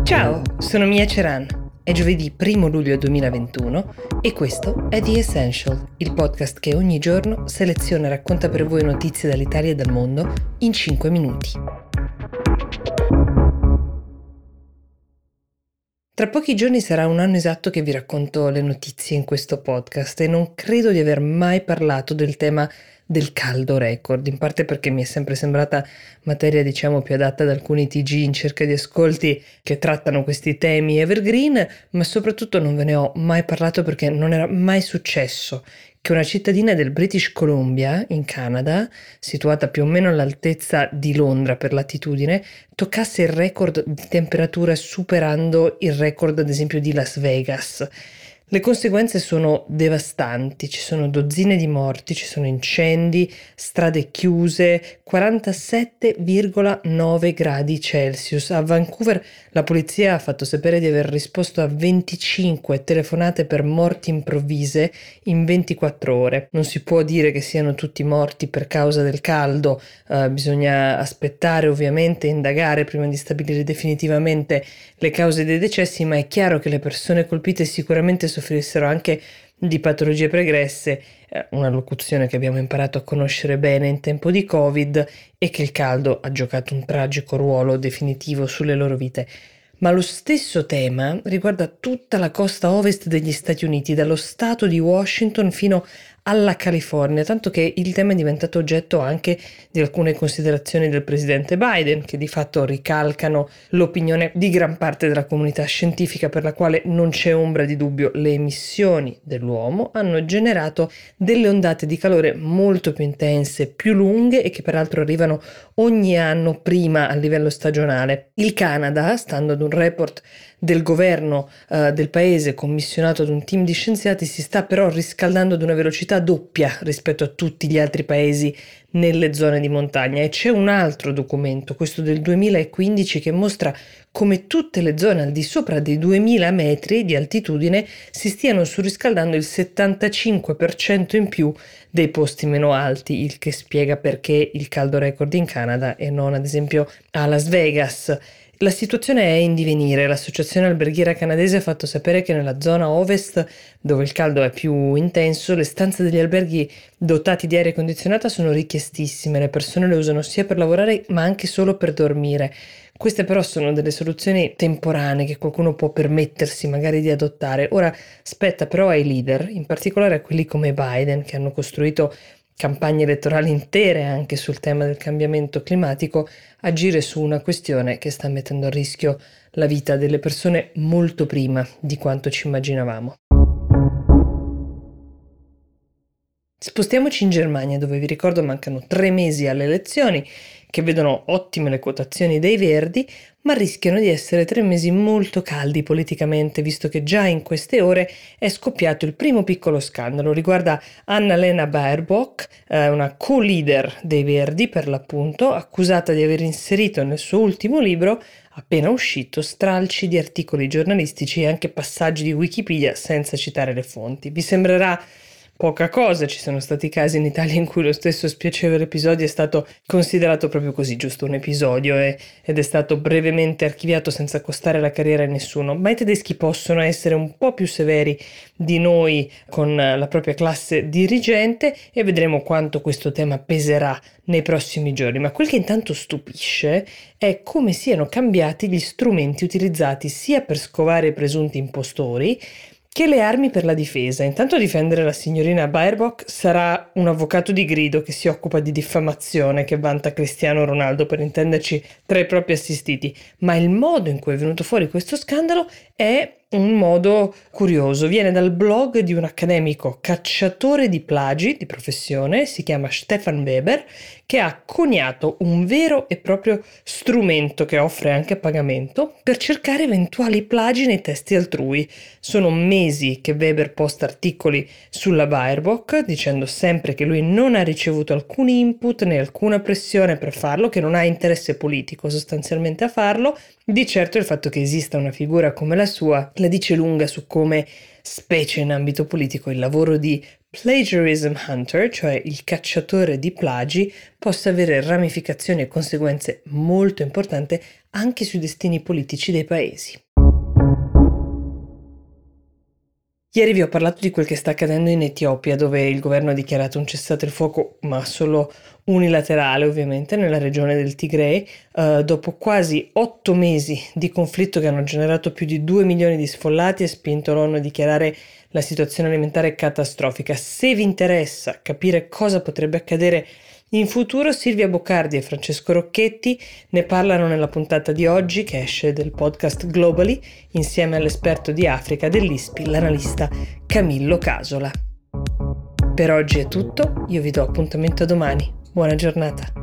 Ciao, sono Mia Ceran. È giovedì 1 luglio 2021 e questo è The Essential, il podcast che ogni giorno seleziona e racconta per voi notizie dall'Italia e dal mondo in 5 minuti. Tra pochi giorni sarà un anno esatto che vi racconto le notizie in questo podcast e non credo di aver mai parlato del tema del caldo record, in parte perché mi è sempre sembrata materia più adatta ad alcuni TG in cerca di ascolti che trattano questi temi evergreen, ma soprattutto non ve ne ho mai parlato perché non era mai successo che una cittadina del British Columbia, in Canada, situata più o meno all'altezza di Londra per latitudine, toccasse il record di temperatura superando il record ad esempio di Las Vegas. Le conseguenze sono devastanti, ci sono dozzine di morti, ci sono incendi, strade chiuse, 47,9 gradi Celsius. A Vancouver la polizia ha fatto sapere di aver risposto a 25 telefonate per morti improvvise in 24 ore. Non si può dire che siano tutti morti per causa del caldo, bisogna aspettare ovviamente, indagare prima di stabilire definitivamente le cause dei decessi, ma è chiaro che le persone colpite sicuramente soffrissero anche di patologie pregresse, una locuzione che abbiamo imparato a conoscere bene in tempo di Covid, e che il caldo ha giocato un tragico ruolo definitivo sulle loro vite. Ma lo stesso tema riguarda tutta la costa ovest degli Stati Uniti, dallo stato di Washington fino alla California, tanto che il tema è diventato oggetto anche di alcune considerazioni del presidente Biden, che di fatto ricalcano l'opinione di gran parte della comunità scientifica, per la quale non c'è ombra di dubbio: le emissioni dell'uomo hanno generato delle ondate di calore molto più intense, più lunghe e che peraltro arrivano ogni anno prima a livello stagionale. Il Canada, stando ad un report del governo del paese commissionato ad un team di scienziati, si sta però riscaldando ad una velocità doppia rispetto a tutti gli altri paesi nelle zone di montagna. E c'è un altro documento, questo del 2015, che mostra come tutte le zone al di sopra dei 2000 metri di altitudine si stiano surriscaldando il 75% in più dei posti meno alti, il che spiega perché il caldo record in Canada e non ad esempio a Las Vegas. La situazione è in divenire. L'associazione alberghiera canadese ha fatto sapere che nella zona ovest, dove il caldo è più intenso, le stanze degli alberghi dotati di aria condizionata sono richiestissime. Le persone le usano sia per lavorare ma anche solo per dormire. Queste però sono delle soluzioni temporanee che qualcuno può permettersi magari di adottare. Ora spetta però ai leader, in particolare a quelli come Biden, che hanno costruito campagne elettorali intere anche sul tema del cambiamento climatico, agire su una questione che sta mettendo a rischio la vita delle persone molto prima di quanto ci immaginavamo. Spostiamoci in Germania, dove vi ricordo mancano 3 mesi alle elezioni, che vedono ottime le quotazioni dei Verdi, ma rischiano di essere 3 mesi molto caldi politicamente, visto che già in queste ore è scoppiato il primo piccolo scandalo. Riguarda Annalena Baerbock, una co-leader dei Verdi per l'appunto, accusata di aver inserito nel suo ultimo libro, appena uscito, stralci di articoli giornalistici e anche passaggi di Wikipedia senza citare le fonti. Vi sembrerà poca cosa, ci sono stati casi in Italia in cui lo stesso spiacevole episodio è stato considerato proprio così, giusto un episodio, ed è stato brevemente archiviato senza costare la carriera a nessuno. Ma i tedeschi possono essere un po' più severi di noi con la propria classe dirigente e vedremo quanto questo tema peserà nei prossimi giorni. Ma quel che intanto stupisce è come siano cambiati gli strumenti utilizzati sia per scovare i presunti impostori che le armi per la difesa. Intanto a difendere la signorina Baerbock sarà un avvocato di grido che si occupa di diffamazione, che vanta Cristiano Ronaldo, per intenderci, tra i propri assistiti. Ma il modo in cui è venuto fuori questo scandalo è un modo curioso. Viene dal blog di un accademico cacciatore di plagi di professione, si chiama Stefan Weber, che ha coniato un vero e proprio strumento che offre anche a pagamento per cercare eventuali plagi nei testi altrui. Sono mesi che Weber posta articoli sulla Baerbock dicendo sempre che lui non ha ricevuto alcun input né alcuna pressione per farlo, che non ha interesse politico sostanzialmente a farlo. Di certo il fatto che esista una figura come la sua la dice lunga su come, specie in ambito politico, il lavoro di plagiarism hunter, cioè il cacciatore di plagi, possa avere ramificazioni e conseguenze molto importanti anche sui destini politici dei paesi. Ieri vi ho parlato di quel che sta accadendo in Etiopia, dove il governo ha dichiarato un cessate il fuoco, ma solo unilaterale ovviamente, nella regione del Tigray, dopo quasi 8 mesi di conflitto che hanno generato più di 2 milioni di sfollati e spinto l'ONU a dichiarare la situazione alimentare catastrofica. Se vi interessa capire cosa potrebbe accadere in futuro, Silvia Boccardi e Francesco Rocchetti ne parlano nella puntata di oggi che esce del podcast Globally insieme all'esperto di Africa dell'ISPI, l'analista Camillo Casola. Per oggi è tutto, io vi do appuntamento a domani. Buona giornata.